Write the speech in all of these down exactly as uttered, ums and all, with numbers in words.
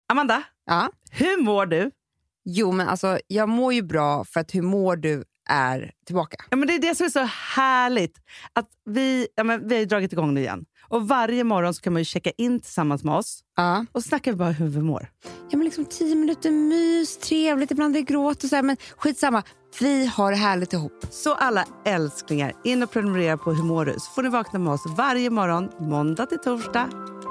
Amanda, Ja. hur mår du? Jo, men alltså jag mår ju bra för att hur mår du är tillbaka. Ja, men det är det som är så härligt. Att vi, ja, men vi har ju dragit igång nu igen. Och varje morgon så kan man ju checka in tillsammans med oss. Ja. Och snacka bara hur vi mår. Ja, men liksom tio minuter mys, trevligt, ibland är det gråt och så här, men skitsamma. Vi har det härligt ihop. Så alla älsklingar, in och prenumerera på Hur mår du? Så får ni vakna med oss varje morgon, måndag till torsdag.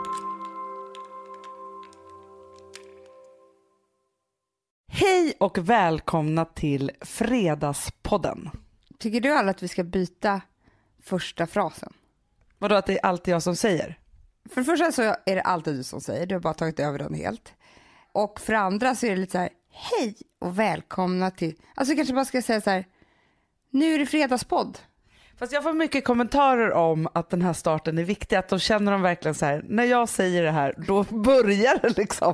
Hej och välkomna till Fredagspodden. Tycker du alla att vi ska byta första frasen? Vadå att det är alltid jag som säger? För det första så är det alltid du som säger. Du har bara tagit över den helt. Och för andra så är det lite så här: hej och välkomna till... Alltså jag kanske bara ska säga så här: nu är det fredagspodd. Fast jag får mycket kommentarer om att den här starten är viktig. Att de känner de verkligen så här: när jag säger det här, då börjar det liksom.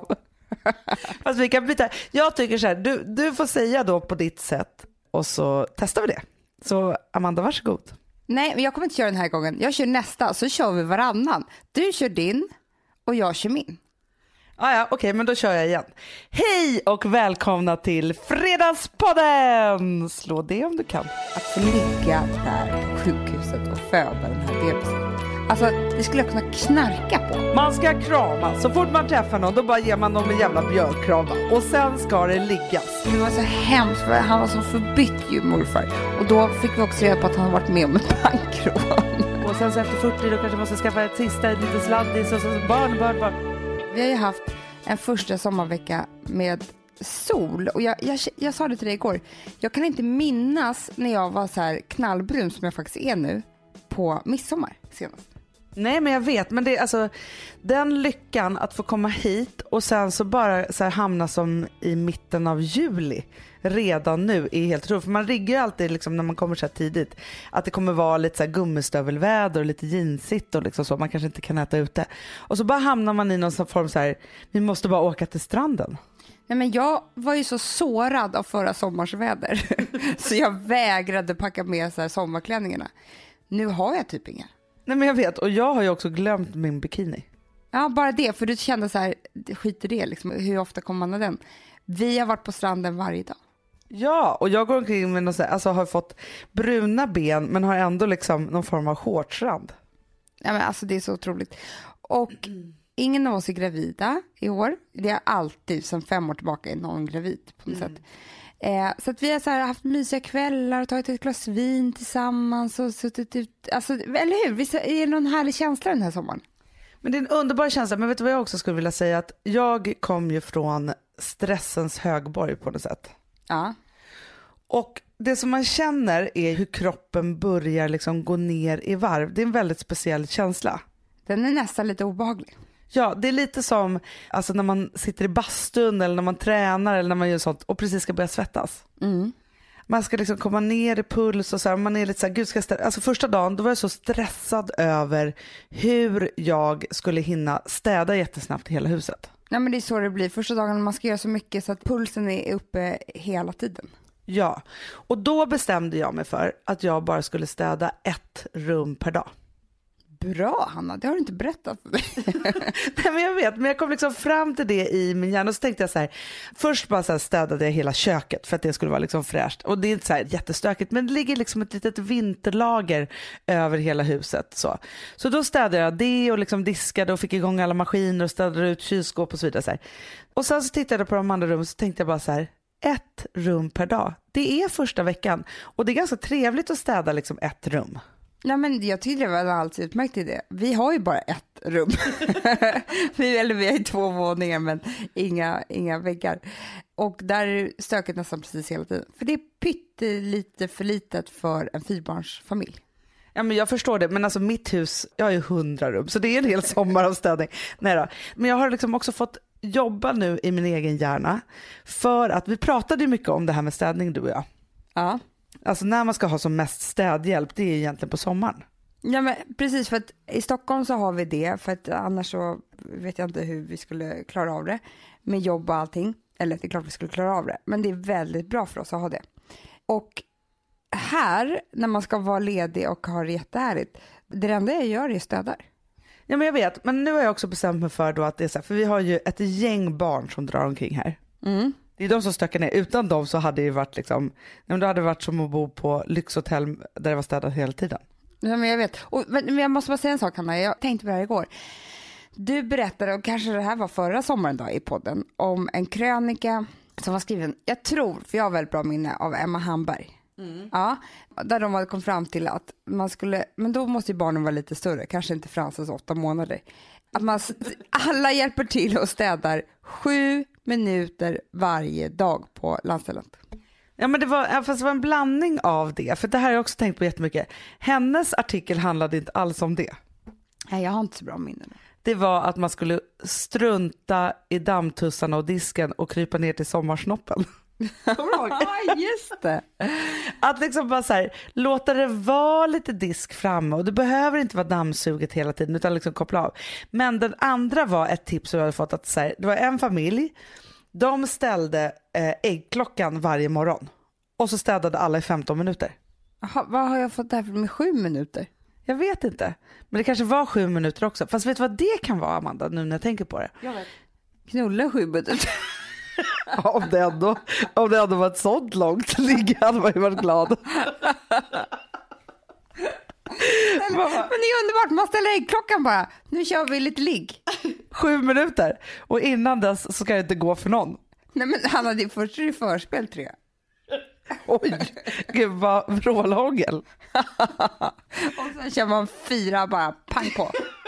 Fast vi kan byta. Jag tycker så här, du, du får säga då på ditt sätt. Och så testar vi det. Så Amanda, varsågod. Nej, men jag kommer inte köra den här gången. Jag kör nästa, så kör vi varannan. Du kör din och jag kör min. Ah, ja, okej, okay, men då kör jag igen. Hej och välkomna till Fredagspodden! Slå det om du kan. Att få ligga där på sjukhuset och föda den här bebisen. Alltså, det skulle jag kunna knarka på. Man ska krama. Så fort man träffar någon, då bara ger man dem en jävla björnkram. Och sen ska det liggas. Det var så hemskt, för han var så förbytt ju, morfar. Och då fick vi också reda på att han har varit med om en bankrån. Och sen så efter fyrtio då kanske man ska skaffa ett sista, ett litet sladdis och så barn, barn, barn. Vi har ju haft en första sommarvecka med sol. Och jag, jag, jag sa det till dig igår. Jag kan inte minnas när jag var så här knallbrun som jag faktiskt är nu på midsommar senast. Nej, men jag vet, men det är alltså den lyckan att få komma hit och sen så bara så här hamna som i mitten av juli redan nu är helt roligt. För man riggar ju alltid liksom när man kommer så här tidigt att det kommer vara lite så här gummistövelväder och lite jeansigt och liksom så, man kanske inte kan äta ute. Och så bara hamnar man i någon form så här, vi måste bara åka till stranden. Nej, men jag var ju så sårad av förra sommarsväder så jag vägrade packa med så här sommarklänningarna. Nu har jag typ inga. Nej, men jag vet, och jag har ju också glömt min bikini. Ja, bara det, för du kände så här, skit i det liksom, hur ofta kommer man ha den? Vi har varit på stranden varje dag. Ja, och jag går omkring med någon så här, alltså har fått bruna ben men har ändå liksom någon form av shortsrand. Ja, men alltså det är så otroligt. Och ingen av oss är gravida i år. Det är alltid som fem år tillbaka är någon gravid på något mm. sätt. Eh, så att vi har så här haft mysiga kvällar och tagit ett glas vin tillsammans och suttit ut, alltså, eller hur? Visst är det någon härlig känsla den här sommaren? Men det är en underbar känsla, men vet du vad jag också skulle vilja säga? Att jag kom ju från stressens högborg på något sätt. Ja. Och det som man känner är hur kroppen börjar liksom gå ner i varv. Det är en väldigt speciell känsla. Den är nästan lite obehaglig. Ja, det är lite som alltså, när man sitter i bastun eller när man tränar eller när man gör sånt och precis ska börja svettas. Mm. Man ska liksom komma ner i puls och så här, man är lite så här, gud ska jag ställa. Alltså första dagen då var jag så stressad över hur jag skulle hinna städa jättesnabbt hela huset. Ja, men det är så det blir. Första dagen man ska göra så mycket så att pulsen är uppe hela tiden. Ja, och då bestämde jag mig för att jag bara skulle städa ett rum per dag. Bra, Hanna, det har du inte berättat för mig. Nej, men jag vet, men jag kom liksom fram till det i min hjärna och så tänkte jag så här, först bara så här städade jag hela köket för att det skulle vara liksom fräscht och det är inte så här jättestökigt men det ligger liksom ett litet vinterlager över hela huset så. Så då städade jag det och liksom diskade och fick igång alla maskiner och städade ut kylskåp och så vidare så här. Och sen så tittade jag på de andra rummen så tänkte jag bara så här, ett rum per dag. Det är första veckan och det är ganska trevligt att städa liksom ett rum. Ja, men jag tycker det var alltid utmärkt idé. Vi har ju bara ett rum. vi, eller vi har ju två våningar men inga, inga väggar. Och där är stöket nästan precis hela tiden. För det är pyttelite för litet för en fyrbarnsfamilj. Ja, men jag förstår det, men alltså mitt hus, jag har ju hundra rum så det är en hel sommar av städning. Nej då. Men jag har liksom också fått jobba nu i min egen hjärna för att vi pratade ju mycket om det här med städning du och jag. Ja. Alltså när man ska ha som mest städhjälp, det är egentligen på sommaren. Ja, men precis, för att i Stockholm så har vi det, för att annars så vet jag inte hur vi skulle klara av det med jobb och allting. Eller det är klart vi skulle klara av det, men det är väldigt bra för oss att ha det. Och här, när man ska vara ledig och ha det jättehärligt, det enda jag gör är städar. Ja men jag vet, men nu har jag också bestämt mig för då att det är så här, för vi har ju ett gäng barn som drar omkring här. Mm. Det är de som stökar ner. Utan dem så hade det ju varit liksom, nej, det hade varit som att bo på lyxhotell där det var städat hela tiden. Ja, men jag vet. Och, men jag måste bara säga en sak, Hanna. Jag tänkte på det här igår. Du berättade, och kanske det här var förra sommaren då i podden, om en krönika som var skriven, jag tror, för jag har väldigt bra minne, av Emma Hamberg. Mm. Ja, där de hade kommit fram till att man skulle, men då måste ju barnen vara lite större, kanske inte Frances åtta månader. Att man, alla hjälper till och städar sju minuter varje dag på landstället. Ja men det var, fast det var en blandning av det, för det här har jag också tänkt på jättemycket. Hennes artikel handlade inte alls om det. Nej, jag har inte så bra minne. Det var att man skulle strunta i dammtussarna och disken och krypa ner till sommarsnoppen. Ja, just det. Att liksom bara så här, låta det vara lite disk framme, och det behöver inte vara dammsuget hela tiden utan liksom koppla av. Men den andra var ett tips som jag hade fått, att så här, det var en familj, de ställde eh, äggklockan varje morgon och så städade alla i femton minuter. Aha, vad har jag fått där för med sju minuter? Jag vet inte, men det kanske var sju minuter också. Fast vet du vad det kan vara, Amanda, nu när jag tänker på det? Jag vet. Knulla sju minuter. om, det ändå, om det ändå var ett sånt långt ligg hade man ju varit glad. Men, men det är underbart, man ställer äggklockan bara. Nu kör vi lite ligg. Sju minuter, och innan dess så ska det inte gå för någon. Nej men han hade först i förspel tror jag. Oj, gud vad vrålhångel. Och sen kör man fyra bara pang på.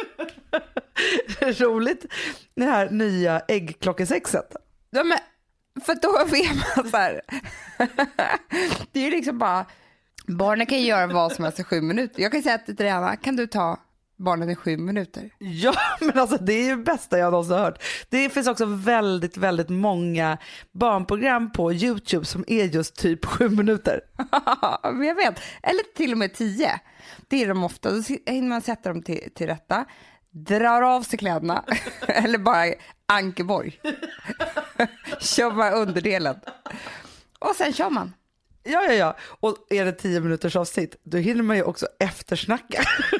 Roligt, det här nya äggklockesexet. Ja, men för då vet man så här. Det är ju liksom bara, barnen kan ju göra vad som helst i sju minuter. Jag kan säga till Diana, kan du ta barnen i sju minuter? Ja, men alltså det är ju bästa jag någonsin har hört. Det finns också väldigt, väldigt många barnprogram på YouTube som är just typ sju minuter. Men jag vet, eller till och med tio. Det är de ofta, då hinner man sätta dem till, till rätta, drar av sig kläderna eller bara Ankeborg. Kör bara underdelen. Och sen kör man. Ja, ja, ja. Och är det tio minuters avsnitt, då hinner man ju också eftersnacka.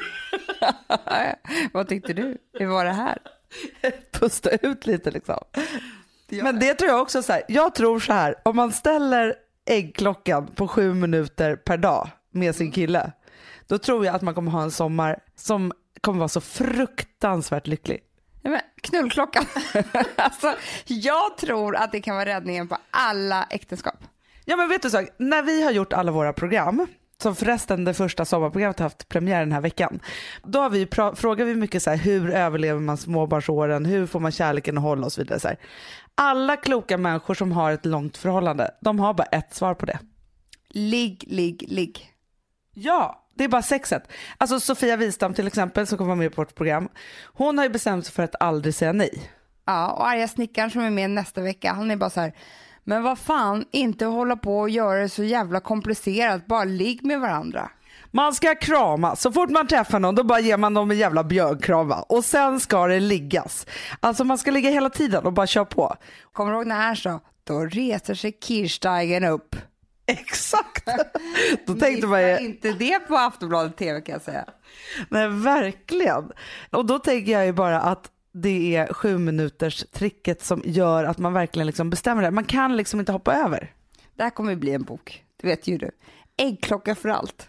Vad tyckte du? Hur var det här? Pusta ut lite liksom. Men det tror jag också så här. Jag tror så här, om man ställer äggklockan på sju minuter per dag med sin kille, då tror jag att man kommer ha en sommar som kommer vara så fruktansvärt lycklig. Ja, men knullklockan. Alltså, jag tror att det kan vara räddningen på alla äktenskap. Ja, men vet du så, när vi har gjort alla våra program, som förresten det första sommarprogrammet har haft premiär den här veckan, då har vi pra- frågar vi mycket så här, hur överlever man småbarnsåren, hur får man kärleken att hålla och så vidare så här. Alla kloka människor som har ett långt förhållande, de har bara ett svar på det. Ligg, ligg, ligg. Ja, det är bara sexet. Alltså Sofia Wistam till exempel, som kommer vara med på vårt program, hon har ju bestämt sig för att aldrig säga nej. Ja, och Arja Snickaren som är med nästa vecka, han är bara så här, men vad fan, inte hålla på och göra det så jävla komplicerat, bara ligg med varandra. Man ska krama, så fort man träffar någon då bara ger man dem en jävla björnkrama och sen ska det liggas. Alltså man ska ligga hela tiden och bara köra på. Kommer du ihåg när han sa, då reser sig Kirsteigen upp. Exakt. Då tänkte man ju... inte det på Aftonbladet T V kan jag säga. Nej, verkligen. Och då tänker jag ju bara att det är sju minuters tricket som gör att man verkligen liksom bestämmer det. Man kan liksom inte hoppa över. Det här kommer bli en bok, det vet ju du. Äggklocka för allt.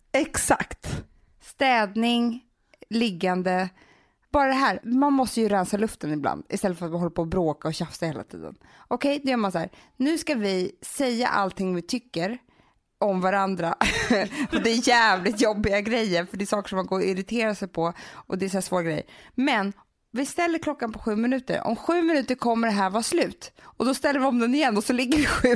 Exakt. Städning, liggande. Bara det här, man måste ju rensa luften ibland istället för att man håller på att bråka och tjafsa hela tiden. Okej, okay, då gör man så här. Nu ska vi säga allting vi tycker om varandra. Och det är jävligt jobbiga grejer, för det är saker som man går och irriterar sig på och det är så här svåra grejer. Men vi ställer klockan på sju minuter. Om sju minuter kommer det här vara slut. Och då ställer vi om den igen och så ligger vi sju.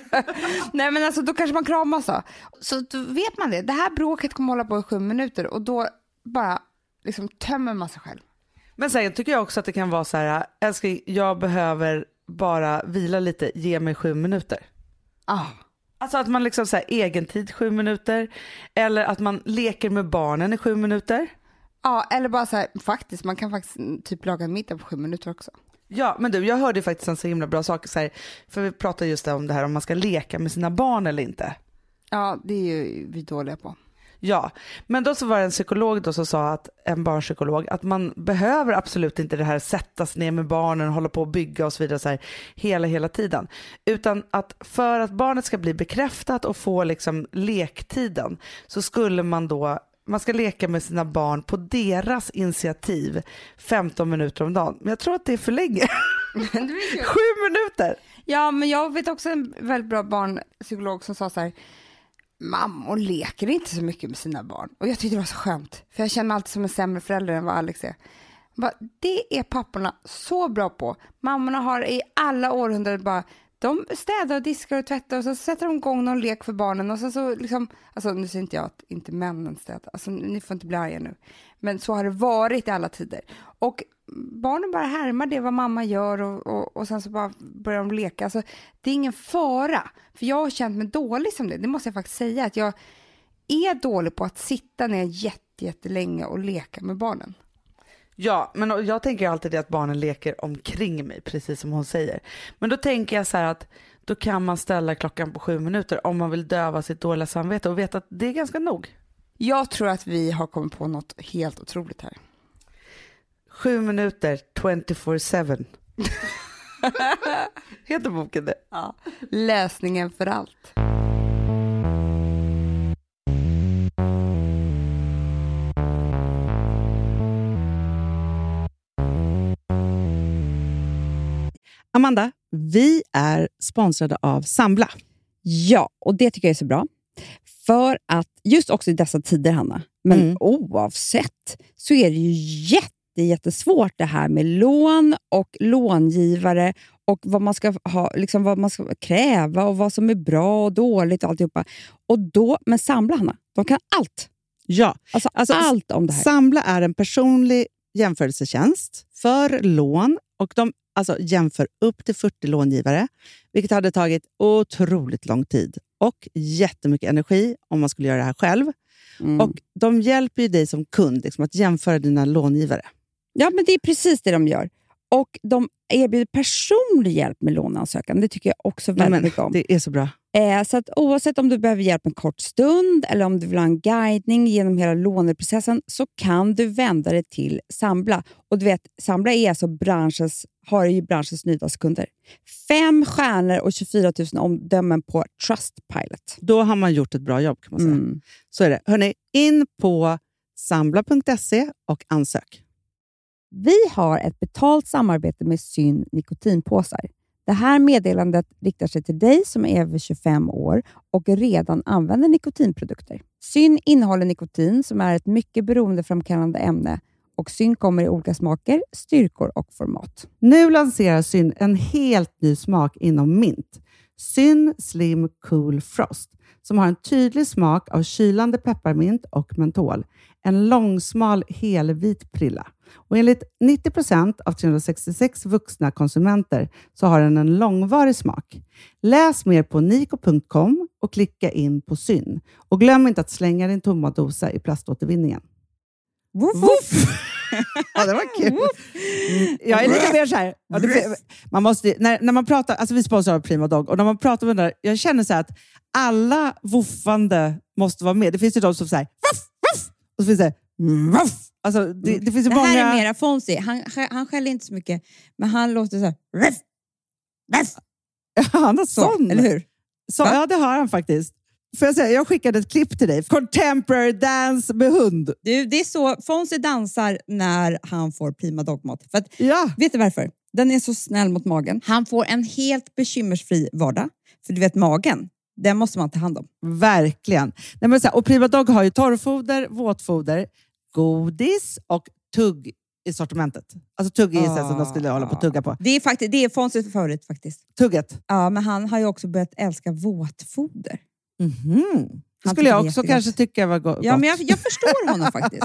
Nej men alltså då kanske man kramas då. Så då vet man det. Det här bråket kommer hålla på i sju minuter och då bara liksom tömmer man sig själv. Men sen tycker jag också att det kan vara så här, älskling, jag behöver bara vila lite, ge mig sju minuter. Ah. Alltså att man liksom så här, egen tid sju minuter, eller att man leker med barnen i sju minuter. Ja, eller bara så här, faktiskt, man kan faktiskt typ laga en middag på sju minuter också. Ja, men du, jag hörde faktiskt en så himla bra sak så här, för vi pratade just om det här om man ska leka med sina barn eller inte. Ja, det är ju vi dåliga på. Ja, men då så var det en psykolog då som sa, att en barnpsykolog, att man behöver absolut inte det här sättas ner med barnen, hålla på och bygga och så vidare så här, hela, hela tiden. Utan att för att barnet ska bli bekräftat och få liksom lektiden, så skulle man då, man ska leka med sina barn på deras initiativ femton minuter om dagen. Men jag tror att det är för länge. Sju minuter! Ja, men jag vet också en väldigt bra barnpsykolog som sa så här: mammor leker inte så mycket med sina barn. Och jag tyckte det var så skönt. För jag känner mig alltid som en sämre förälder än vad Alex är. Bara, det är papporna så bra på. Mammorna har i alla århundraden bara, de städar och diskar och tvättar och så sätter de igång någon lek för barnen. Och så, så liksom, alltså nu säger inte jag att inte männen städar. Alltså ni får inte bli arga nu. Men så har det varit i alla tider. Och barnen bara härmar det vad mamma gör och, och, och sen så bara börjar de leka. Alltså, det är ingen fara. För jag har känt mig dålig som det. Det måste jag faktiskt säga. Att jag är dålig på att sitta ner jätte, jättelänge och leka med barnen. Ja, men jag tänker alltid det att barnen leker omkring mig, precis som hon säger. Men då tänker jag så här att då kan man ställa klockan på sju minuter om man vill döva sitt dåliga samvete och veta att det är ganska nog. Jag tror att vi har kommit på något helt otroligt här. Sju minuter, tjugofyra sju. Heter boken det? Ja. Lösningen för allt. Amanda, vi är sponsrade av Sambla. Ja, och det tycker jag är så bra. För att just också i dessa tider, Hanna, men mm. oavsett så är det ju jätte, jättesvårt det här med lån och långivare och vad man ska ha, liksom vad man ska kräva och vad som är bra och dåligt och alltihopa. Och då, men Sambla, Hanna, de kan allt. Ja, alltså, alltså allt om det här. Sambla är en personlig jämförelsetjänst för lån och de alltså jämför upp till fyrtio långivare, vilket hade tagit otroligt lång tid och jättemycket energi om man skulle göra det här själv. Mm. Och de hjälper ju dig som kund liksom, att jämföra dina långivare. Ja, men det är precis det de gör. Och de erbjuder personlig hjälp med låneansökan. Det tycker jag också väldigt Nej, men, mycket om. Det är så bra. Eh, så att oavsett om du behöver hjälp en kort stund eller om du vill ha en guidning genom hela låneprocessen så kan du vända dig till Sambla. Och du vet, Sambla är alltså branschens, har ju branschens nyaste kunder. Fem stjärnor och tjugofyra tusen omdömen på Trustpilot. Då har man gjort ett bra jobb kan man säga. Mm. Så är det. Hörrni, in på sambla punkt se och ansök. Vi har ett betalt samarbete med Syn nikotinpåsar. Det här meddelandet riktar sig till dig som är över tjugofem år och redan använder nikotinprodukter. Syn innehåller nikotin som är ett mycket beroendeframkallande ämne och Syn kommer i olika smaker, styrkor och format. Nu lanserar Syn en helt ny smak inom mint. Syn Slim Cool Frost som har en tydlig smak av kylande pepparmint och mentol. En långsmal helvit prilla. Och enligt nittio procent av trehundrasextiosex vuxna konsumenter så har den en långvarig smak. Läs mer på niko punkt com och klicka in på Syn. Och glöm inte att slänga din tomma dosa i plaståtervinningen. Woof, woof. Ja, det var kul. Mm, jag är lite mer så här. Ja, det, man måste, när, när man pratar, alltså vi sponsrar av Prima Dog och när man pratar med den där, jag känner så här att alla woofande måste vara med. Det finns ju de som säger woof, woof, och så finns det woof. Alltså, det, det finns ju det många... här är mera Fonzie. Han, han skäller inte så mycket, men han låter så här woof, woof. Han har sån. Eller hur? Så, ja, det har han faktiskt. Får jag säga, jag skickade ett klipp till dig. Contemporary dance med hund. Du, det är så Fonzie dansar när han får Prima Dog-mat. För att, ja. Vet du varför? Den är så snäll mot magen. Han får en helt bekymmersfri vardag. För du vet, magen, den måste man ta hand om. Verkligen. Nej, men så här, och Prima Dog har ju torrfoder, våtfoder, godis och tugg i sortimentet. Alltså tugg i ah, som de skulle hålla på att tugga på. Det är, faktiskt, det är Fonzies favorit faktiskt. Tugget? Ja, men han har ju också börjat älska våtfoder. Mhm. Det skulle jag också kanske tycka var go- Ja, men jag, jag förstår honom faktiskt.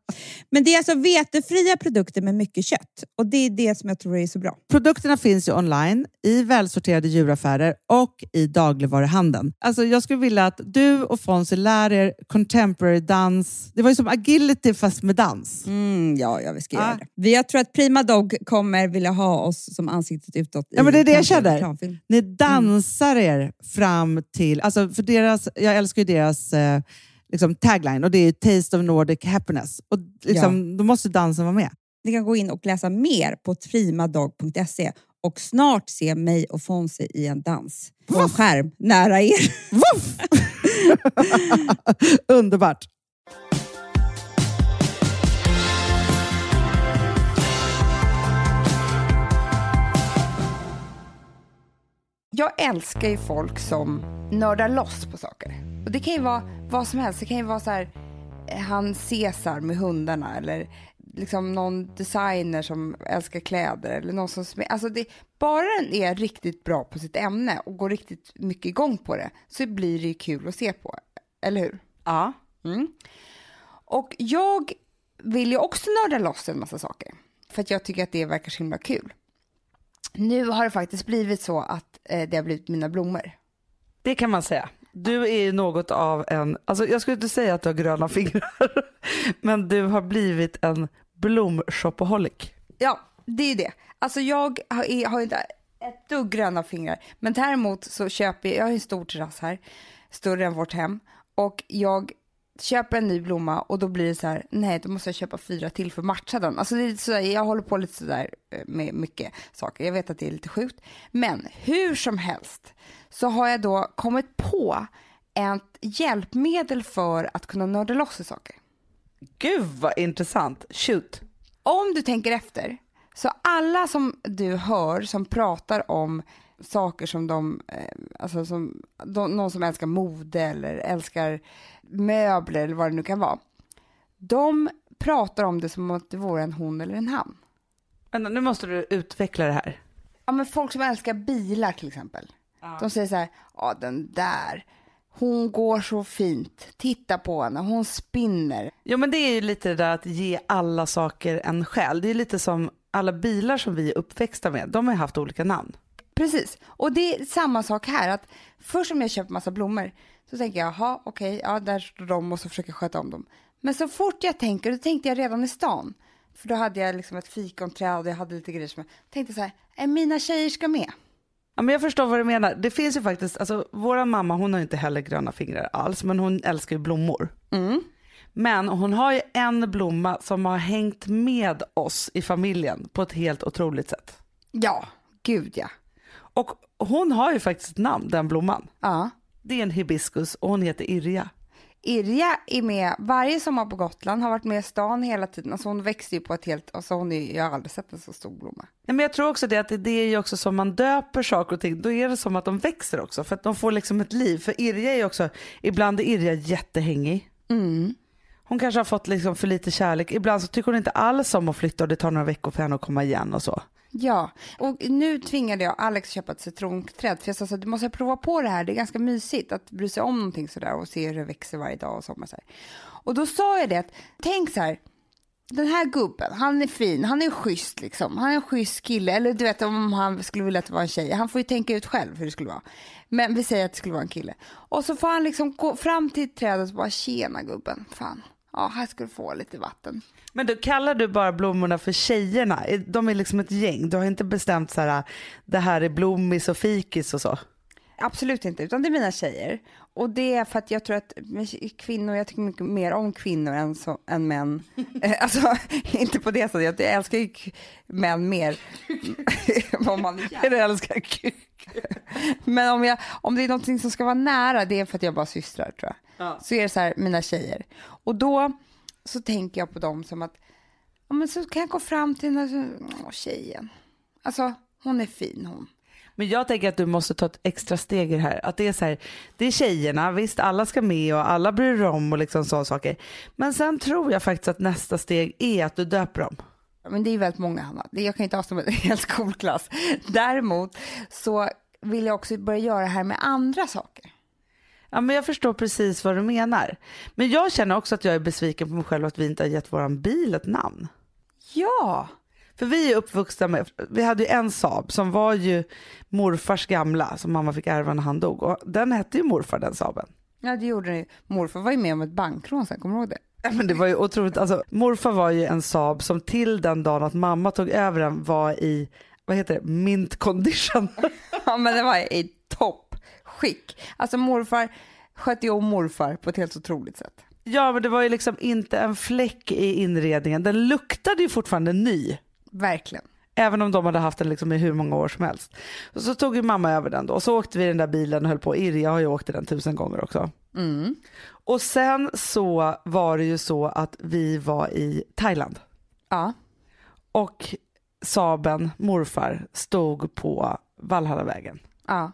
Men det är alltså vetefria produkter med mycket kött. Och det är det som jag tror är så bra. Produkterna finns ju online, i välsorterade djuraffärer och i dagligvaruhandeln. Alltså jag skulle vilja att du och Fonzie lär er contemporary dans. Det var ju som agility fast med dans. Mm, ja, ja, vi ska ah. göra det. Jag tror att Prima Dog kommer vilja ha oss som ansiktet utåt. Ja, men det är det jag känner. Ni dansar mm. er fram till... Alltså för deras, jag älskar ju deras eh, liksom, tagline och det är Taste of Nordic Happiness. Och liksom, då måste dansen vara med. Ni kan gå in och läsa mer på trimadag punkt se och snart se mig och Fonzie i en dans på en skärm nära er. Underbart. Jag älskar ju folk som nördar loss på saker. Och det kan ju vara vad som helst. Det kan ju vara så här, han Cesar med hundarna eller liksom någon designer som älskar kläder eller någon som alltså det, bara den är riktigt bra på sitt ämne och går riktigt mycket igång på det så blir det ju kul att se på, eller hur? Ja. Mm. Och jag vill ju också nörda loss en massa saker för att jag tycker att det verkar så himla kul. Nu har det faktiskt blivit så att eh, det har blivit mina blommor. Det kan man säga. Du är ju något av en, alltså jag skulle inte säga att du har gröna fingrar, men du har blivit en blomshopaholic. Ja, det är det. Alltså jag har, har inte ett dugg gröna fingrar, men däremot så köper jag, jag har en stor terrass här, större än vårt hem, och jag köper en ny blomma och då blir det så här, nej då måste jag köpa fyra till för att matcha den. Alltså det är så där, jag håller på lite sådär med mycket saker. Jag vet att det är lite sjukt. Men hur som helst så har jag då kommit på ett hjälpmedel för att kunna nörda loss i saker. Gud vad intressant. Shoot. Om du tänker efter, så alla som du hör som pratar om saker som de, alltså som de, någon som älskar mode eller älskar möbler eller vad det nu kan vara. De pratar om det som att det vore en hon eller en han. Men nu måste du utveckla det här. Ja, men folk som älskar bilar till exempel. Ja. De säger så här, ja den där, hon går så fint, titta på henne, hon spinner. Jo men det är ju lite det där att ge alla saker en själ. Det är lite som alla bilar som vi är uppväxta med, de har haft olika namn. Precis, och det är samma sak här, att först om jag köper massa blommor så tänker jag, jaha okej, okay, ja där står de och så försöker jag sköta om dem. Men så fort jag tänker, då tänkte jag redan i stan, för då hade jag liksom ett fikonträd och jag hade lite grejer som jag tänkte så här, är mina tjejer ska med? Ja, men jag förstår vad du menar. Det finns ju faktiskt, alltså våran mamma, hon har inte heller gröna fingrar alls, men hon älskar ju blommor. Mm. Men hon har ju en blomma som har hängt med oss i familjen på ett helt otroligt sätt. Ja, gud ja. Och hon har ju faktiskt ett namn, den blomman. Ja. Det är en hibiskus och hon heter Irja. Irja är med varje sommar på Gotland, har varit med i stan hela tiden. Alltså hon växer ju på ett helt, alltså hon är, jag har aldrig sett en så stor blomma. Nej, men jag tror också det att det är ju också som man döper saker och ting, då är det som att de växer också för att de får liksom ett liv. För Irja är ju också, ibland är Irja jättehängig. Mm. Hon kanske har fått liksom för lite kärlek. Ibland så tycker hon inte alls om att flytta och det tar några veckor för henne att komma igen och så. Ja, och nu tvingade jag Alex köpa ett citronträd för jag sa så att du måste prova på det här, det är ganska mysigt att bry sig om någonting sådär och se hur det växer varje dag och så. Och då sa jag det att, tänk så här, den här gubben, han är fin, han är schysst liksom, han är en schysst kille, eller du vet om han skulle vilja att det var en tjej, han får ju tänka ut själv hur det skulle vara, men vi säger att det skulle vara en kille, och så får han liksom gå fram till trädet och bara, tjena gubben, fan, ja här ska du få lite vatten. Men då kallar du bara blommorna för tjejerna, de är liksom ett gäng, du har inte bestämt så här, det här är blommis och fikis och så? Absolut inte, utan det är mina tjejer. Och det är för att jag tror att kvinnor, jag tycker mycket mer om kvinnor än, så, än män. Alltså, inte på det sättet, jag älskar ju män mer. Om man jag älskar kuk. Men om, jag, om det är någonting som ska vara nära, det är för att jag bara systrar tror jag. Ja. Så är det så här, mina tjejer. Och då så tänker jag på dem som att, ja men så kan jag gå fram till den här åh, tjejen. Alltså, hon är fin hon. Men jag tänker att du måste ta ett extra steg här. Att det är så här, det är tjejerna, visst alla ska med och alla bryr om och liksom sådana saker. Men sen tror jag faktiskt att nästa steg är att du döper dem. Men det är väldigt många, Hanna. Jag kan inte avstå med en hel skolklass. Däremot så vill jag också börja göra det här med andra saker. Ja, men jag förstår precis vad du menar. Men jag känner också att jag är besviken på mig själv att vi inte har gett våran bil ett namn. Ja. För vi är uppvuxna med, vi hade ju en Saab som var ju morfars gamla som mamma fick ärva när han dog. Och den hette ju morfar, den Saaben. Ja, det gjorde den ju. Morfar var ju med om ett bankrån sen, kommer du ihåg det? Ja, men det var ju otroligt. Alltså, morfar var ju en Saab som till den dagen att mamma tog över den var i, vad heter det, mint condition. Ja, men det var i toppskick. Alltså morfar skötte ju om morfar på ett helt otroligt sätt. Ja, men det var ju liksom inte en fläck i inredningen. Den luktade ju fortfarande ny. Verkligen. Även om de hade haft den liksom i hur många år som helst. Och så tog ju mamma över den då. Och så åkte vi i den där bilen och höll på. Irja har ju åkt i den tusen gånger också. Mm. Och sen så var det ju så att vi var i Thailand. Ja. Och Saben, morfar, stod på Valhallavägen. Ja.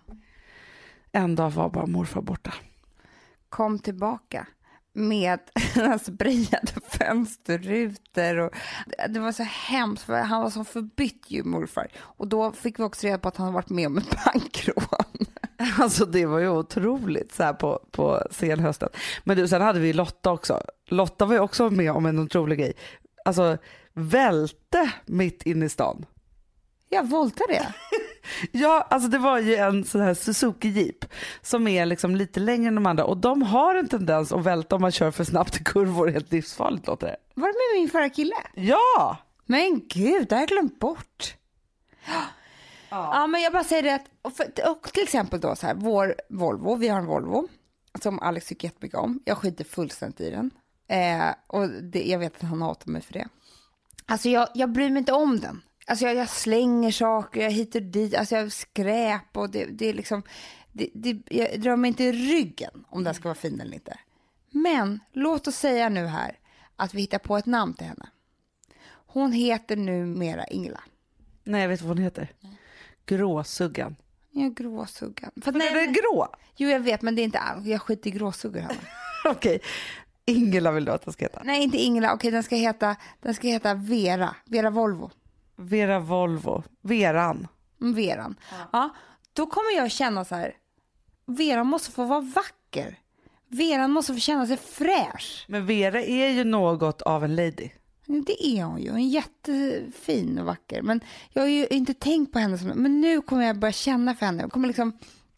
En dag var bara morfar borta. Kom tillbaka med sprayade fönsterrutor och det var så hemskt för han var så förbytt ju morfar. Och då fick vi också reda på att han varit med om ett bankrån. Alltså det var ju otroligt så här på, på senhösten. Men du, sen hade vi Lotta också. Lotta var ju också med om en otrolig grej. Alltså välte mitt inne i stan. Jag voltade det. Ja, alltså det var ju en sån här Suzuki Jeep som är liksom lite längre än de andra och de har en tendens att välta om man kör för snabbt i kurvor, helt livsfarligt låter det. Var det med min förra kille? Ja! Men gud, det har jag glömt bort. Ja, ja men jag bara säger det att, och, för, och till exempel då så här, vår Volvo, vi har en Volvo som Alex tycker jättemycket om. Jag skiter fullständigt i den. Eh, och det, jag vet att han hatar mig för det. Alltså jag, jag bryr mig inte om den. Alltså jag, jag slänger saker, jag hittar dit, alltså jag skräp och det, det är liksom, det, det, jag drar mig inte i ryggen om den ska vara fin eller inte. Men låt oss säga nu här att vi hittar på ett namn till henne. Hon heter numera Ingela. Nej, jag vet vad hon heter. Nej. Gråsuggan. Ja, gråsuggan. För nej, är det grå? Jo, jag vet, men det är inte alls. Jag skiter i gråsuggar här. Okej. Ingela vill du att den ska heta? Nej, inte Ingela. Okej, den ska heta, den ska heta Vera. Vera Volvo. Vera Volvo. Veran. Mm, Veran. Ja. Ja, då kommer jag känna så här. Veran måste få vara vacker. Veran måste få känna sig fräsch. Men Vera är ju något av en lady. Det är hon ju. En jättefin och vacker. Men jag har ju inte tänkt på henne som... Men nu kommer jag börja känna för henne. Jag kommer liksom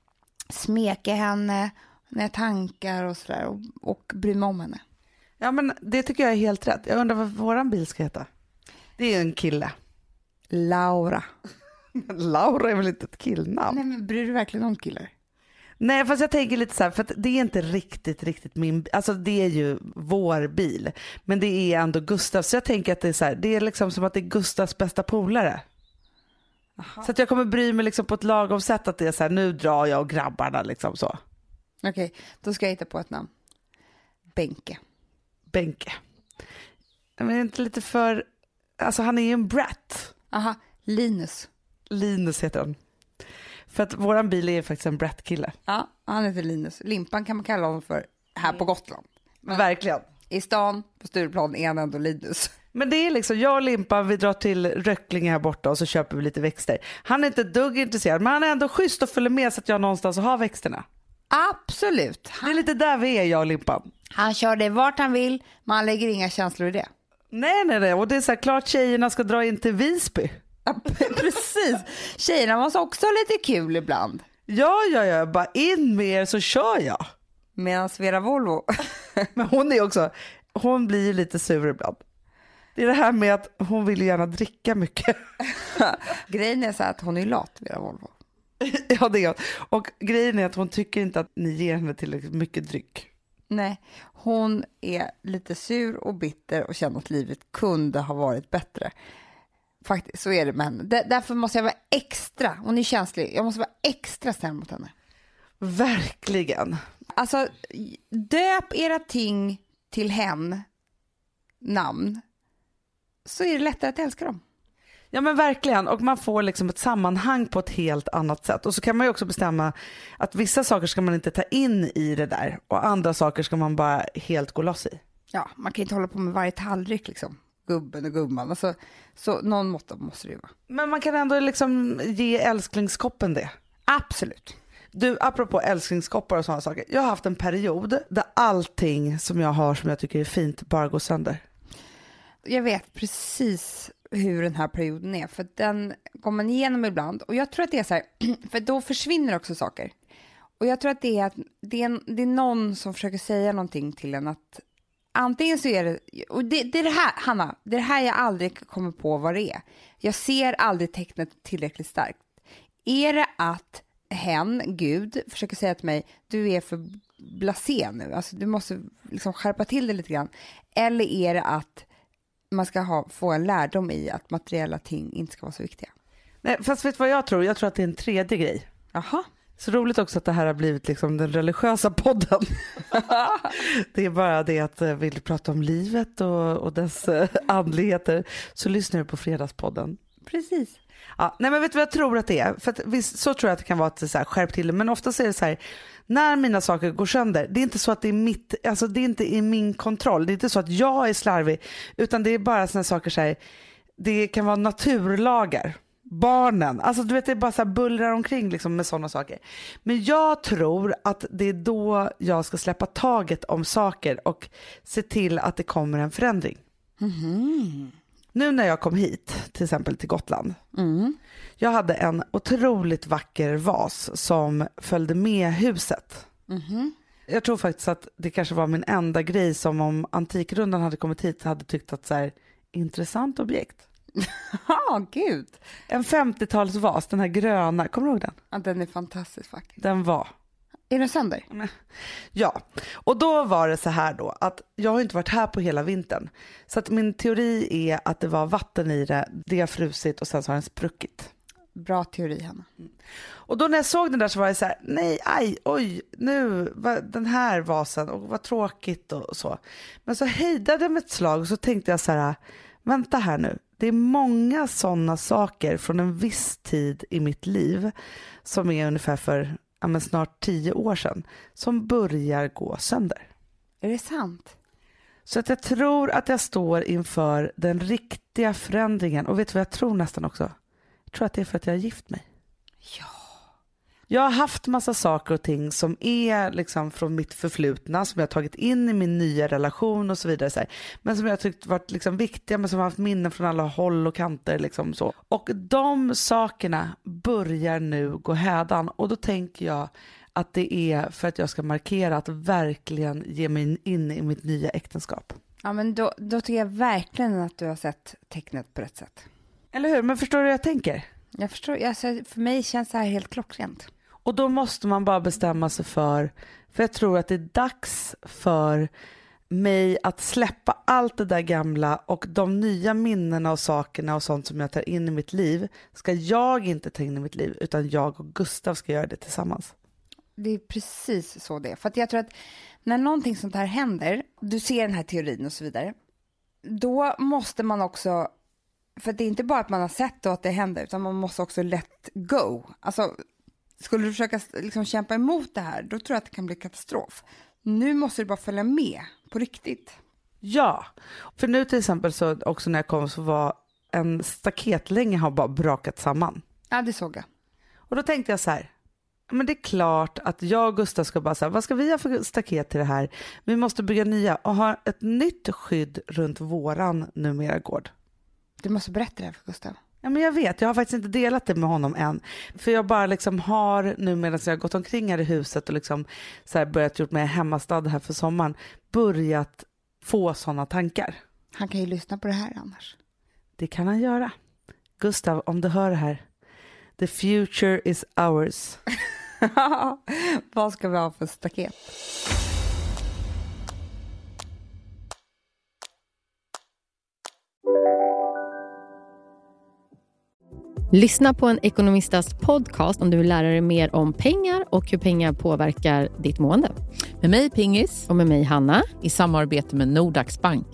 smeka henne när jag tankar och sådär. Och, och bry mig om henne. Ja, men det tycker jag är helt rätt. Jag undrar vad våran bil ska heta. Det är en kille. Laura. Laura är väl inte ett killnamn? Nej, men bryr du verkligen om killar? Nej, fast jag tänker lite så här, för att det är inte riktigt, riktigt min, alltså det är ju vår bil, men det är ändå Gustav, så jag tänker att det är så här, det är liksom som att det är Gustavs bästa polare. Aha. Så att jag kommer bry mig liksom på ett lagom sätt att det är så här, nu drar jag och grabbarna liksom så. Okej, okay, då ska jag hitta på ett namn. Benke. Benke. Men är inte lite för, alltså han är ju en brat. Aha, Linus. Linus heter han. För att våran bil är faktiskt en brat-kille. Ja, han heter Linus. Limpan kan man kalla honom för här på Gotland. Men verkligen. I stan, på Stureplan, är han ändå Linus. Men det är liksom, jag och Limpan, vi drar till Röcklinge här borta och så köper vi lite växter. Han är inte dugg intresserad, men han är ändå schysst och följer med så att jag någonstans har växterna. Absolut. Det är lite där vi är, jag och Limpan. Han kör det vart han vill, men han lägger inga känslor i det. Nej, nej, nej. Och det är så här, klart tjejerna ska dra in till Visby. Ja, precis. Tjejerna måste också ha lite kul ibland. Ja, ja, ja. Bara in med er så kör jag. Medan Vera Volvo. Men hon är också, hon blir ju lite sur ibland. Det är det här med att hon vill gärna dricka mycket. Grejen är så att hon är lat, Vera Volvo. Ja, det är jag. Och grejen är att hon tycker inte att ni ger henne tillräckligt mycket dryck. Nej, hon är lite sur och bitter och känner att livet kunde ha varit bättre. Faktiskt, så är det med henne. Därför måste jag vara extra, hon är känslig, jag måste vara extra snäll mot henne. Verkligen. Alltså, döp era ting till hen, namn, så är det lättare att älska dem. Ja, men verkligen, och man får liksom ett sammanhang på ett helt annat sätt. Och så kan man ju också bestämma att vissa saker ska man inte ta in i det där och andra saker ska man bara helt gå loss i. Ja, man kan inte hålla på med varje tallrik liksom. Gubben och gumman. Alltså, så någon måtta måste det ju vara. Men man kan ändå liksom ge älsklingskoppen det. Absolut. Du, apropå älsklingskoppar och sådana saker. Jag har haft en period där allting som jag har som jag tycker är fint bara går sönder. Jag vet precis hur den här perioden är. För den går man igenom ibland. Och jag tror att det är så här. För då försvinner också saker. Och jag tror att det är, att det är, det är någon som försöker säga någonting till en att antingen så är det, och det, det är det här, Hanna, det är det här jag aldrig kommer på vad det är. Jag ser aldrig tecknet tillräckligt starkt. Är det att hen, Gud, försöker säga till mig, du är för blasé nu? Alltså du måste liksom skärpa till det lite grann. Eller är det att man ska ha, få en lärdom i att materiella ting inte ska vara så viktiga? Nej, fast vet du vad jag tror? Jag tror att det är en tredje grej. Jaha. Så roligt också att det här har blivit liksom den religiösa podden. Det är bara det att vill du prata om livet och, och dess andligheter så lyssnar du på Fredagspodden. Precis. Ja, nej men vet du vad jag tror att det är? För att, visst, så tror jag att det kan vara att så här, skärp till det. Men ofta så är det så här, när mina saker går sönder, det är inte så att det är mitt, alltså det är inte i min kontroll. Det är inte så att jag är slarvig, utan det är bara såna saker så här, det kan vara naturlagar. Barnen, alltså du vet det är bara så här bullrar omkring liksom med sådana saker. Men jag tror att det är då jag ska släppa taget om saker och se till att det kommer en förändring. Mm. Nu när jag kom hit, till exempel till Gotland. Mm. Jag hade en otroligt vacker vas som följde med huset. Mm. Jag tror faktiskt att det kanske var min enda grej som om Antikrundan hade kommit hit hade tyckt att så här, intressant objekt. Ja, gud. En femtiotalsvas, den här gröna, kommer du ihåg den? Ja, den är fantastisk faktiskt. Den var. Är den sönder? Ja, och då var det så här då att jag har inte varit här på hela vintern. Så att min teori är att det var vatten i det, det har frusit och sen så har den spruckit. Bra teori, Hanna. Mm. Och då när jag såg den där så var jag så här, nej, aj, oj, nu, va, den här vasen och vad tråkigt och så. Men så hejdade jag med ett slag och så tänkte jag så här, vänta här nu. Det är många sådana saker från en viss tid i mitt liv som är ungefär för ja, men snart tio år sedan som börjar gå sönder. Är det sant? Så att jag tror att jag står inför den riktiga förändringen. Och vet du vad jag tror nästan också? Jag tror att det är för att jag har gift mig. Ja. Jag har haft massa saker och ting som är liksom från mitt förflutna som jag har tagit in i min nya relation och så vidare. Så här. Men som jag tyckt varit liksom viktiga men som har haft minnen från alla håll och kanter. Liksom så. Och de sakerna börjar nu gå hädan och då tänker jag att det är för att jag ska markera att verkligen ge mig in i mitt nya äktenskap. Ja, men då, då tycker jag verkligen att du har sett tecknet på rätt sätt. Eller hur? Men förstår du hur jag tänker? Jag förstår. Alltså, för mig känns det här helt klockrent. Och då måste man bara bestämma sig för, för jag tror att det är dags för mig att släppa allt det där gamla och de nya minnena och sakerna och sånt som jag tar in i mitt liv ska jag inte ta in i mitt liv utan jag och Gustav ska göra det tillsammans. Det är precis så det är. För att jag tror att när någonting sånt här händer, du ser den här teorin och så vidare, då måste man också, för det är inte bara att man har sett och att det händer, utan man måste också let go. Alltså, skulle du försöka liksom kämpa emot det här, då tror jag att det kan bli katastrof. Nu måste du bara följa med på riktigt. Ja, för nu till exempel så också när jag kom så var en staketlänge har bara brakat samman. Ja, det såg jag. Och då tänkte jag så här, men det är klart att jag och Gustav ska bara säga, vad ska vi ha för staket till det här? Vi måste bygga nya och ha ett nytt skydd runt våran numera gård. Du måste berätta det här för Gustav. Ja, men jag vet, jag har faktiskt inte delat det med honom än. För jag bara liksom har nu medan jag har gått omkring här i huset och liksom så här börjat gjort mig hemmastad här för sommaren, börjat få sådana tankar. Han kan ju lyssna på det här annars. Det kan han göra. Gustav, om du hör det här. The future is ours. Vad ska vi ha för staket? Lyssna på en ekonomistas podcast om du vill lära dig mer om pengar och hur pengar påverkar ditt mående. Med mig Pingis och med mig Hanna i samarbete med Nordax Bank.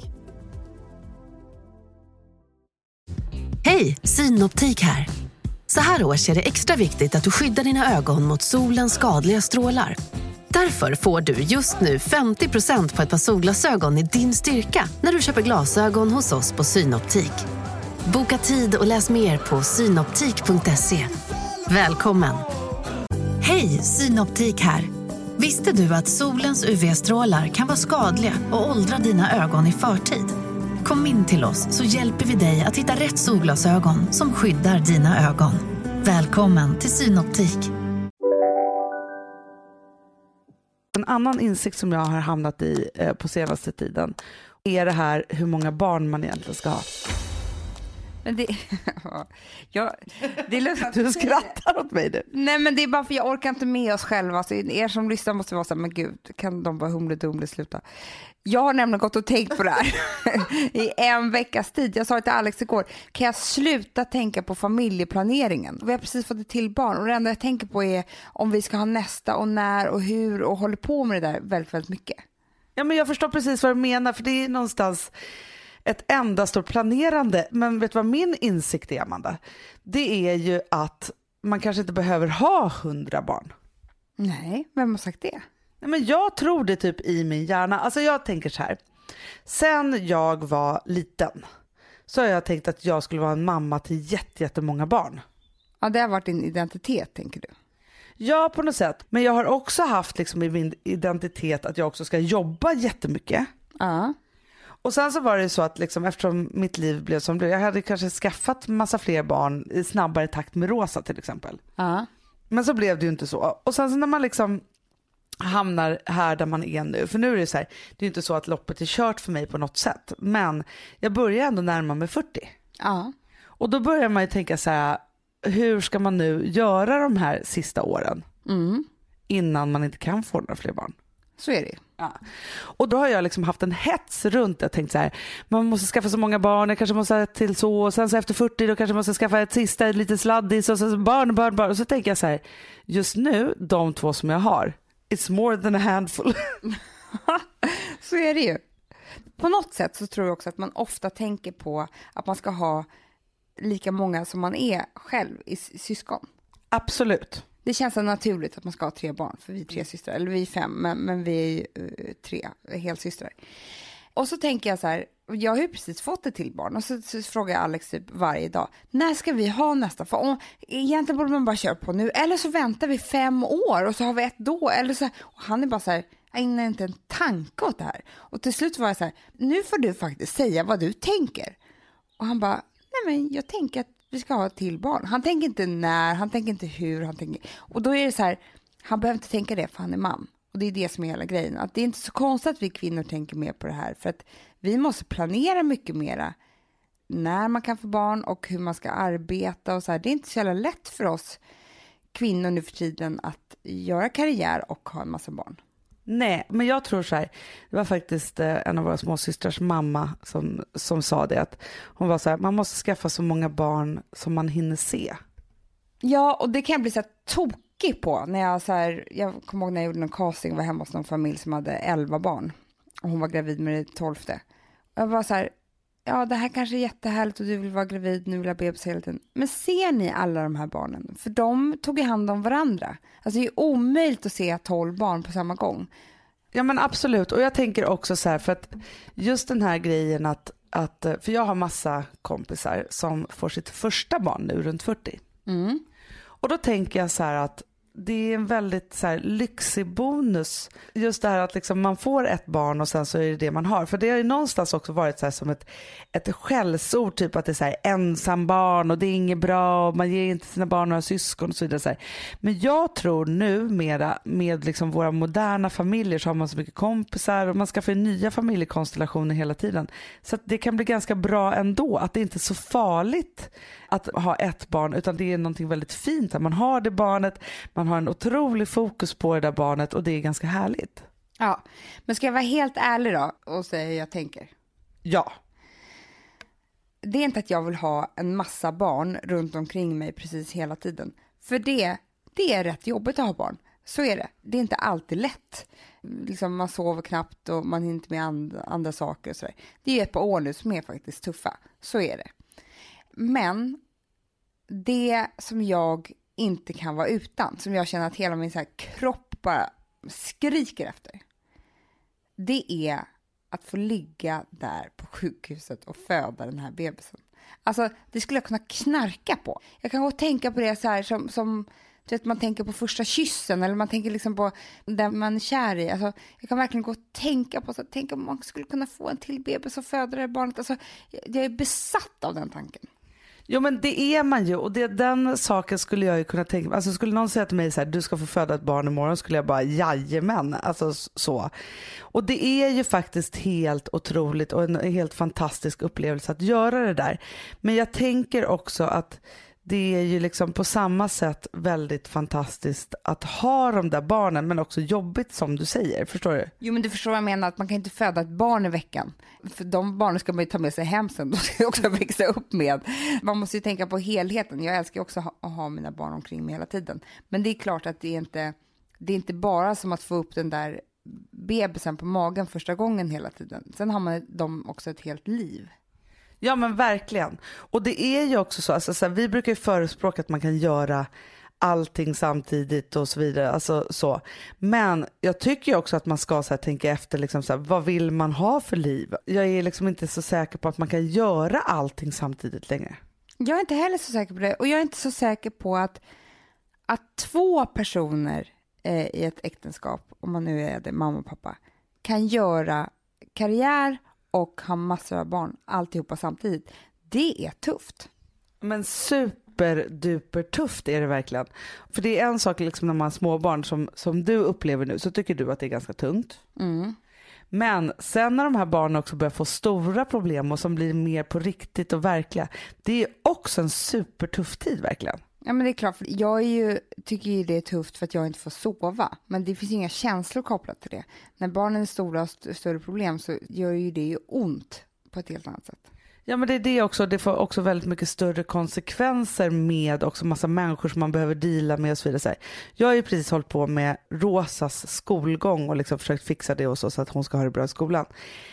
Hej, Synoptik här. Så här års är det extra viktigt att du skyddar dina ögon mot solens skadliga strålar. Därför får du just nu femtio procent på ett par solglasögon i din styrka när du köper glasögon hos oss på Synoptik. Boka tid och läs mer på synoptik punkt se. Välkommen! Hej, Synoptik här. Visste du att solens U V-strålar kan vara skadliga och åldra dina ögon i förtid? Kom in till oss så hjälper vi dig att hitta rätt solglasögon som skyddar dina ögon. Välkommen till Synoptik. En annan insikt som jag har hamnat i eh, på senaste tiden är det här hur många barn man egentligen ska ha. Men det, jag, det är lustigt. Du skrattar åt mig nu. Nej, men det är bara för jag orkar inte med oss själva. Så er som lyssnar måste vara så här, men gud, kan de bara humle-dumle sluta? Jag har nämligen gått och tänkt på det här i en veckas tid. Jag sa det till Alex igår, kan jag sluta tänka på familjeplaneringen? Vi har precis fått ett till barn och det enda jag tänker på är om vi ska ha nästa och när och hur och håller på med det där väldigt, väldigt mycket. Ja, men jag förstår precis vad du menar, för det är någonstans ett enda stort planerande. Men vet du vad min insikt är, Amanda? Det är ju att man kanske inte behöver ha hundra barn. Nej, vem har sagt det? Nej, men jag tror det typ i min hjärna. Alltså jag tänker så här. Sen jag var liten så har jag tänkt att jag skulle vara en mamma till jätte, jättemånga barn. Ja, det har varit din identitet, tänker du? Ja, på något sätt. Men jag har också haft liksom i min identitet att jag också ska jobba jättemycket. Ja. Och sen så var det så att liksom, eftersom mitt liv blev som det, jag hade kanske skaffat massa fler barn i snabbare takt med Rosa till exempel. Ja. Men så blev det ju inte så. Och sen så när man liksom hamnar här där man är nu, för nu är det så här, det är ju inte så att loppet är kört för mig på något sätt, men jag börjar ändå närma mig fyrtio. Ja. Och då börjar man ju tänka så här, hur ska man nu göra de här sista åren Mm. innan man inte kan få några fler barn? Så är det. Ja. Och då har jag liksom haft en hets runt. Jag tänkt så här, man måste skaffa så många barn, jag kanske måste ha ett till så, och sen så efter fyrtio då kanske man måste skaffa ett sista, ett litet sladdis och så barn, barn, barn. Och så tänker jag så här, just nu, de två som jag har, it's more than a handful. Så är det ju. På något sätt så tror jag också att man ofta tänker på att man ska ha lika många som man är själv i syskon. Absolut. Det känns så naturligt att man ska ha tre barn, för vi är tre systrar, eller vi är fem, men, men vi är ju uh, tre helsystrar. Och så tänker jag så här, jag har ju precis fått ett till barn och så, så frågar jag Alex typ varje dag, när ska vi ha nästa? För om, egentligen borde man bara köra på nu, eller så väntar vi fem år och så har vi ett då, eller så här, och han är bara så här, jag ägnar inte en tanke åt det här. Och till slut var jag så här, nu får du faktiskt säga vad du tänker. Och han bara, nej men jag tänker att vi ska ha ett till barn. Han tänker inte när, han tänker inte hur, han tänker. Och då är det så här, han behöver inte tänka det för han är man. Och det är det som är hela grejen. Att det är inte så konstigt att vi kvinnor tänker mer på det här. För att vi måste planera mycket mera när man kan få barn och hur man ska arbeta och så här. Det är inte så jävla lätt för oss kvinnor nu för tiden att göra karriär och ha en massa barn. Nej, men jag tror så här, det var faktiskt en av våra småsystrars mamma som, som sa det, att hon var så här, man måste skaffa så många barn som man hinner se. Ja, och det kan jag bli så här tokig på när jag så här, jag kommer ihåg när jag gjorde en casting och var hemma hos någon familj som hade elva barn och hon var gravid med det tolfte. Och jag var så här, ja det här kanske är jättehärligt och du vill vara gravid, nu vill jag bebis hela tiden. Men ser ni alla de här barnen? För de tog i hand om varandra. Alltså det är omöjligt att se tolv barn på samma gång. Ja men absolut, och jag tänker också så här, för att just den här grejen att, att för jag har massa kompisar som får sitt första barn nu runt fyrtio. Mm. Och då tänker jag så här att det är en väldigt så här lyxig bonus. Just det här att liksom man får ett barn och sen så är det det man har. För det har ju någonstans också varit så här som ett, ett skällsord, typ att det är så här ensam barn och det är inget bra och man ger inte sina barn några syskon och så vidare. Så här. Men jag tror nu mera med liksom våra moderna familjer så har man så mycket kompisar och man ska få nya familjekonstellationer hela tiden. Så att det kan bli ganska bra ändå, att det inte är så farligt att ha ett barn, utan det är någonting väldigt fint att man har det barnet, man har en otrolig fokus på det där barnet och det är ganska härligt. Ja, men ska jag vara helt ärlig då och säga hur jag tänker? Ja. Det är inte att jag vill ha en massa barn runt omkring mig precis hela tiden. För det, det är rätt jobbigt att ha barn. Så är det. Det är inte alltid lätt. Liksom man sover knappt och man hinner inte med andra, andra saker och sådär. Det är ett par år nu som är faktiskt tuffa. Så är det. Men det som jag inte kan vara utan, som jag känner att hela min så här kropp bara skriker efter, det är att få ligga där på sjukhuset och föda den här bebisen. Alltså det skulle jag kunna knarka på. Jag kan gå och tänka på det så här som, som du vet, man tänker på första kyssen, eller man tänker liksom på den man är kär i. Alltså, jag kan verkligen gå och tänka på så, tänka om man skulle kunna få en till bebis och föda det här barnet. Alltså, jag är besatt av den tanken. Jo men det är man ju och det, den saken skulle jag ju kunna tänka mig. Alltså skulle någon säga till mig så här, du ska få föda ett barn imorgon, skulle jag bara jajamän. Alltså så. Och det är ju faktiskt helt otroligt och en helt fantastisk upplevelse att göra det där. Men jag tänker också att det är ju liksom på samma sätt väldigt fantastiskt att ha de där barnen men också jobbigt som du säger, förstår du? Jo men du förstår vad jag menar, att man kan inte föda ett barn i veckan. För de barnen ska man ju ta med sig hem sen, de ska ju också växa upp med. Man måste ju tänka på helheten. Jag älskar också att ha mina barn omkring mig hela tiden. Men det är klart att det är inte, det är inte bara som att få upp den där bebisen på magen första gången hela tiden. Sen har man dem också ett helt liv. Ja men verkligen. Och det är ju också så, alltså, så här, vi brukar ju förespråka att man kan göra allting samtidigt och så vidare. Alltså, så. Men jag tycker ju också att man ska så här, tänka efter liksom, så här, vad vill man ha för liv? Jag är liksom inte så säker på att man kan göra allting samtidigt längre. Jag är inte heller så säker på det. Och jag är inte så säker på att, att två personer eh, i ett äktenskap, om man nu är det, mamma och pappa, kan göra karriär och ha massor av barn alltihopa samtidigt. Det är tufft. Men superduper tufft är det verkligen. För det är en sak liksom när man har småbarn som, som du upplever nu, så tycker du att det är ganska tungt. Mm. Men sen när de här barnen också börjar få stora problem och som blir mer på riktigt och verkliga, det är också en supertuff tid verkligen. Ja men det är klart, för jag är ju, tycker ju det är tufft för att jag inte får sova. Men det finns inga känslor kopplat till det. När barnen är stora och st- större problem så gör ju det ju ont på ett helt annat sätt. Ja men det är det också, det får också väldigt mycket större konsekvenser med också massa människor som man behöver deala med och så vidare. Jag har ju precis hållit på med Rosas skolgång och liksom försökt fixa det och så, så att hon ska ha det bra i skolan.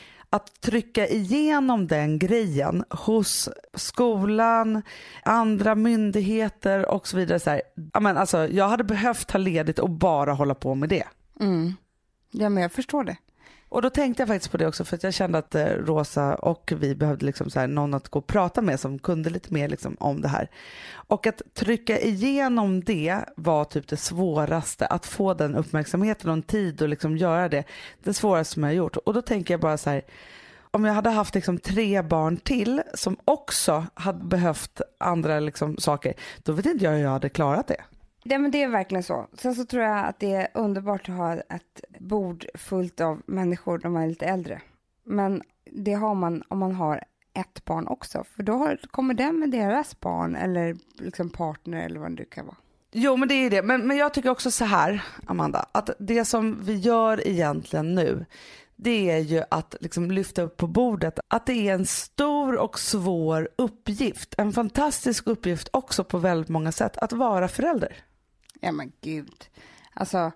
Att trycka igenom den grejen hos skolan, andra myndigheter och så vidare. Så här, ja, men alltså, jag hade behövt ta ledigt och bara hålla på med det. Mm. Ja men jag förstår det. Och då tänkte jag faktiskt på det också för att jag kände att eh, Rosa och vi behövde liksom så här, någon att gå och prata med som kunde lite mer liksom om det här. Och att trycka igenom det var typ det svåraste. Att få den uppmärksamheten och en tid och liksom göra det. Det svåraste som jag har gjort. Och då tänker jag bara så här, om jag hade haft liksom tre barn till som också hade behövt andra liksom saker, då vet inte jag hur jag hade klarat det. Ja, men det är verkligen så. Sen så tror jag att det är underbart att ha ett bord fullt av människor när man är lite äldre. Men det har man om man har ett barn också. För då har, kommer den med deras barn eller liksom partner eller vad det kan vara. Jo men det är det. Men, men jag tycker också så här, Amanda, att det som vi gör egentligen nu, det är ju att liksom lyfta upp på bordet att det är en stor och svår uppgift. En fantastisk uppgift också på väldigt många sätt att vara förälder. Ja men gud. Alltså,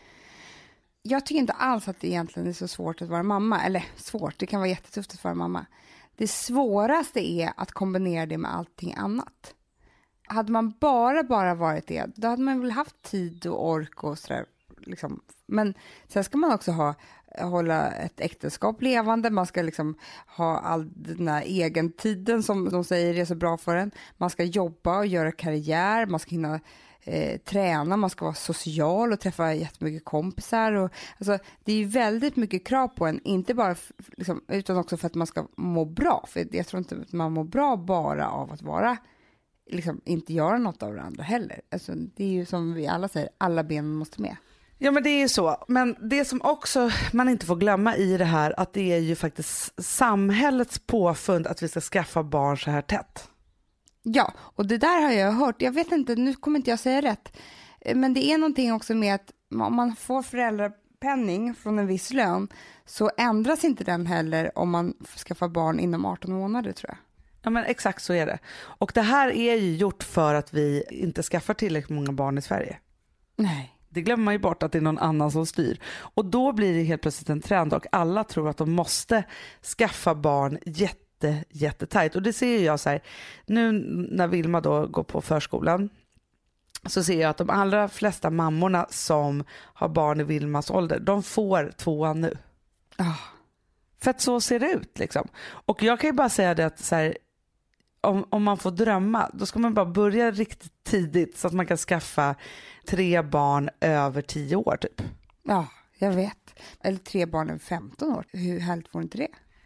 jag tycker inte alls att det egentligen är så svårt att vara mamma. Eller svårt, det kan vara jättetufft att vara mamma. Det svåraste är att kombinera det med allting annat. Hade man bara bara varit det, då hade man väl haft tid och ork och sådär. Liksom. Men sen ska man också ha hålla ett äktenskap levande, man ska liksom ha all den här egentiden som de säger är så bra för en. Man ska jobba och göra karriär, man ska hinna eh, träna, man ska vara social och träffa jättemycket kompisar. Och, alltså, det är ju väldigt mycket krav på en, inte bara f- liksom, utan också för att man ska må bra. För jag tror inte att man mår bra bara av att vara liksom, inte göra något av det andra heller. Alltså, det är ju som vi alla säger, alla ben måste med. Ja men det är ju så, men det som också man inte får glömma i det här, att det är ju faktiskt samhällets påfund att vi ska skaffa barn så här tätt. Ja, och det där har jag hört, jag vet inte, nu kommer inte jag säga rätt, men det är någonting också med att om man får föräldrapenning från en viss lön så ändras inte den heller om man skaffar barn inom arton månader tror jag. Ja men exakt så är det. Och det här är ju gjort för att vi inte skaffar tillräckligt många barn i Sverige. Nej. Det glömmer man ju bort att det är någon annan som styr. Och då blir det helt plötsligt en trend och alla tror att de måste skaffa barn jätte, jättetajt. Och det ser jag så här, nu när Vilma då går på förskolan så ser jag att de allra flesta mammorna som har barn i Vilmas ålder, de får tvåan nu. Oh. För att så ser det ut liksom. Och jag kan ju bara säga det att så här, Om, om man får drömma, då ska man bara börja riktigt tidigt så att man kan skaffa tre barn över tio år typ. Ja, jag vet. Eller tre barn över femton år. Hur härligt får inte det?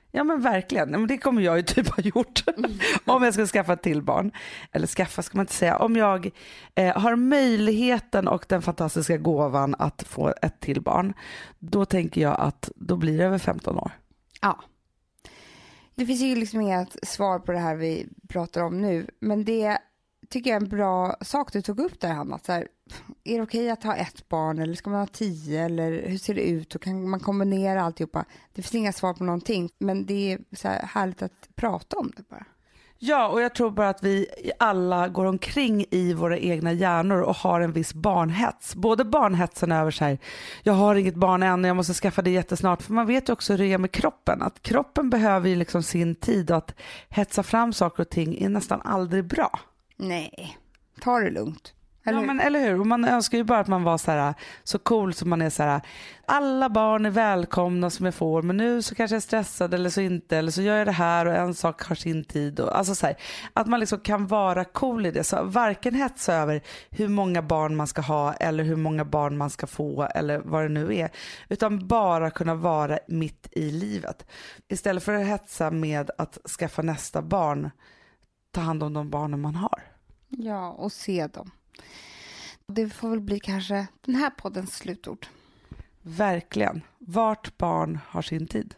Ja men verkligen, men det kommer jag ju typ ha gjort om jag ska skaffa ett till barn. Eller skaffa ska man inte säga. Om jag eh, har möjligheten och den fantastiska gåvan att få ett till barn, då tänker jag att då blir det över femton år. Ja. Det finns ju liksom inget svar på det här vi pratar om nu, men det tycker jag är en bra sak du tog upp där, Hanna. Så här, är det okej att ha ett barn eller ska man ha tio eller hur ser det ut och kan man kombinera alltihopa? Det finns inga svar på någonting, men det är så här härligt att prata om det bara. Ja, och jag tror bara att vi alla går omkring i våra egna hjärnor och har en viss barnhets. Både barnhetsen över så här, jag har inget barn än och jag måste skaffa det jättesnart. För man vet ju också hur det är med kroppen. Att kroppen behöver ju liksom sin tid och att hetsa fram saker och ting är nästan aldrig bra. Nej, ta det lugnt. Eller Ja, men eller hur? Och man önskar ju bara att man var så här så cool som man är så här. Alla barn är välkomna som jag får, men nu så kanske jag är stressad eller så inte, eller så gör jag det här och en sak har sin tid och alltså så här, att man liksom kan vara cool i det, så varken hetsa över hur många barn man ska ha eller hur många barn man ska få eller vad det nu är, utan bara kunna vara mitt i livet istället för att hetsa med att skaffa nästa barn, ta hand om de barnen man har. Ja, och se dem. Det får väl bli kanske den här poddens slutord. Verkligen. Vart barn har sin tid.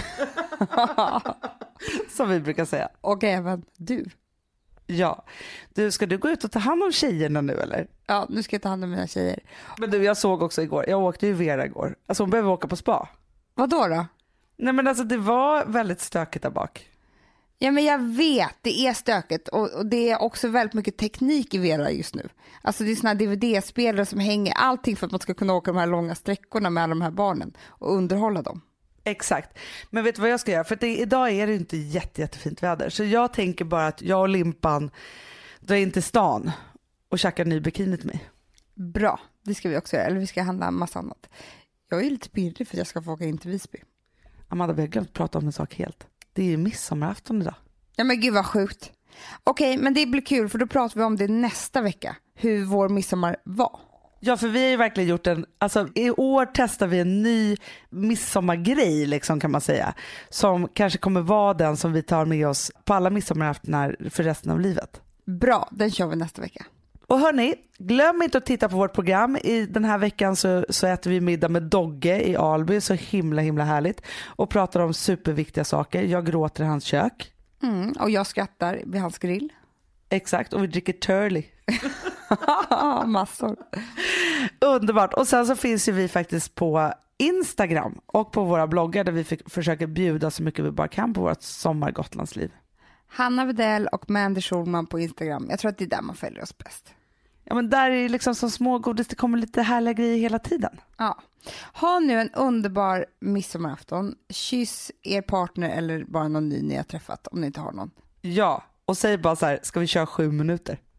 Som vi brukar säga. Och även du. Ja. Du, ska du gå ut och ta hand om tjejerna nu eller? Ja, nu ska jag ta hand om mina tjejer. Men du, jag såg också igår. Jag åkte ju Vera igår. Alltså hon behöver åka på spa. Vad då då? Nej men alltså det var väldigt stökigt där bak. Ja, men jag vet, det är stökigt och, och det är också väldigt mycket teknik i Vera just nu. Alltså det är såna D V D-spelare som hänger, allting för att man ska kunna åka de här långa sträckorna med de här barnen och underhålla dem. Exakt. Men vet du vad jag ska göra? För det, idag är det inte jätte, jättefint väder. Så jag tänker bara att jag och Limpan drar in till stan och käkar en ny bikini till mig. Bra, det ska vi också göra. Eller vi ska handla en massa annat. Jag är lite pirrig för att jag ska få åka in till Visby. Amanda, vi har glömt prata om en sak helt. Det är ju midsommarafton idag. Ja men gud vad sjukt. Okej, men det blir kul för då pratar vi om det nästa vecka. Hur vår midsommar var. Ja, för vi har ju verkligen gjort en, alltså i år testar vi en ny midsommargrej liksom kan man säga. Som kanske kommer vara den som vi tar med oss på alla midsommaraftonar för resten av livet. Bra, den kör vi nästa vecka. Och hörni, glöm inte att titta på vårt program. I den här veckan så, så äter vi middag med Dogge i Alby, så himla himla härligt. Och pratar om superviktiga saker. Jag gråter i hans kök. Mm, och jag skrattar vid hans grill. Exakt, och vi dricker Turley. Massor. Underbart. Och sen så finns ju vi faktiskt på Instagram och på våra bloggar där vi fick, försöker bjuda så mycket vi bara kan på vårt sommar-Gotlandsliv. Hanna Widell och Mandy Schulman på Instagram. Jag tror att det är där man följer oss bäst. Ja, men där är det liksom som små godis, det kommer lite härliga grejer hela tiden. Ja. Ha nu en underbar midsommarafton. Kyss er partner eller bara någon ny ni har träffat om ni inte har någon. Ja, och säg bara så här, ska vi köra sju minuter?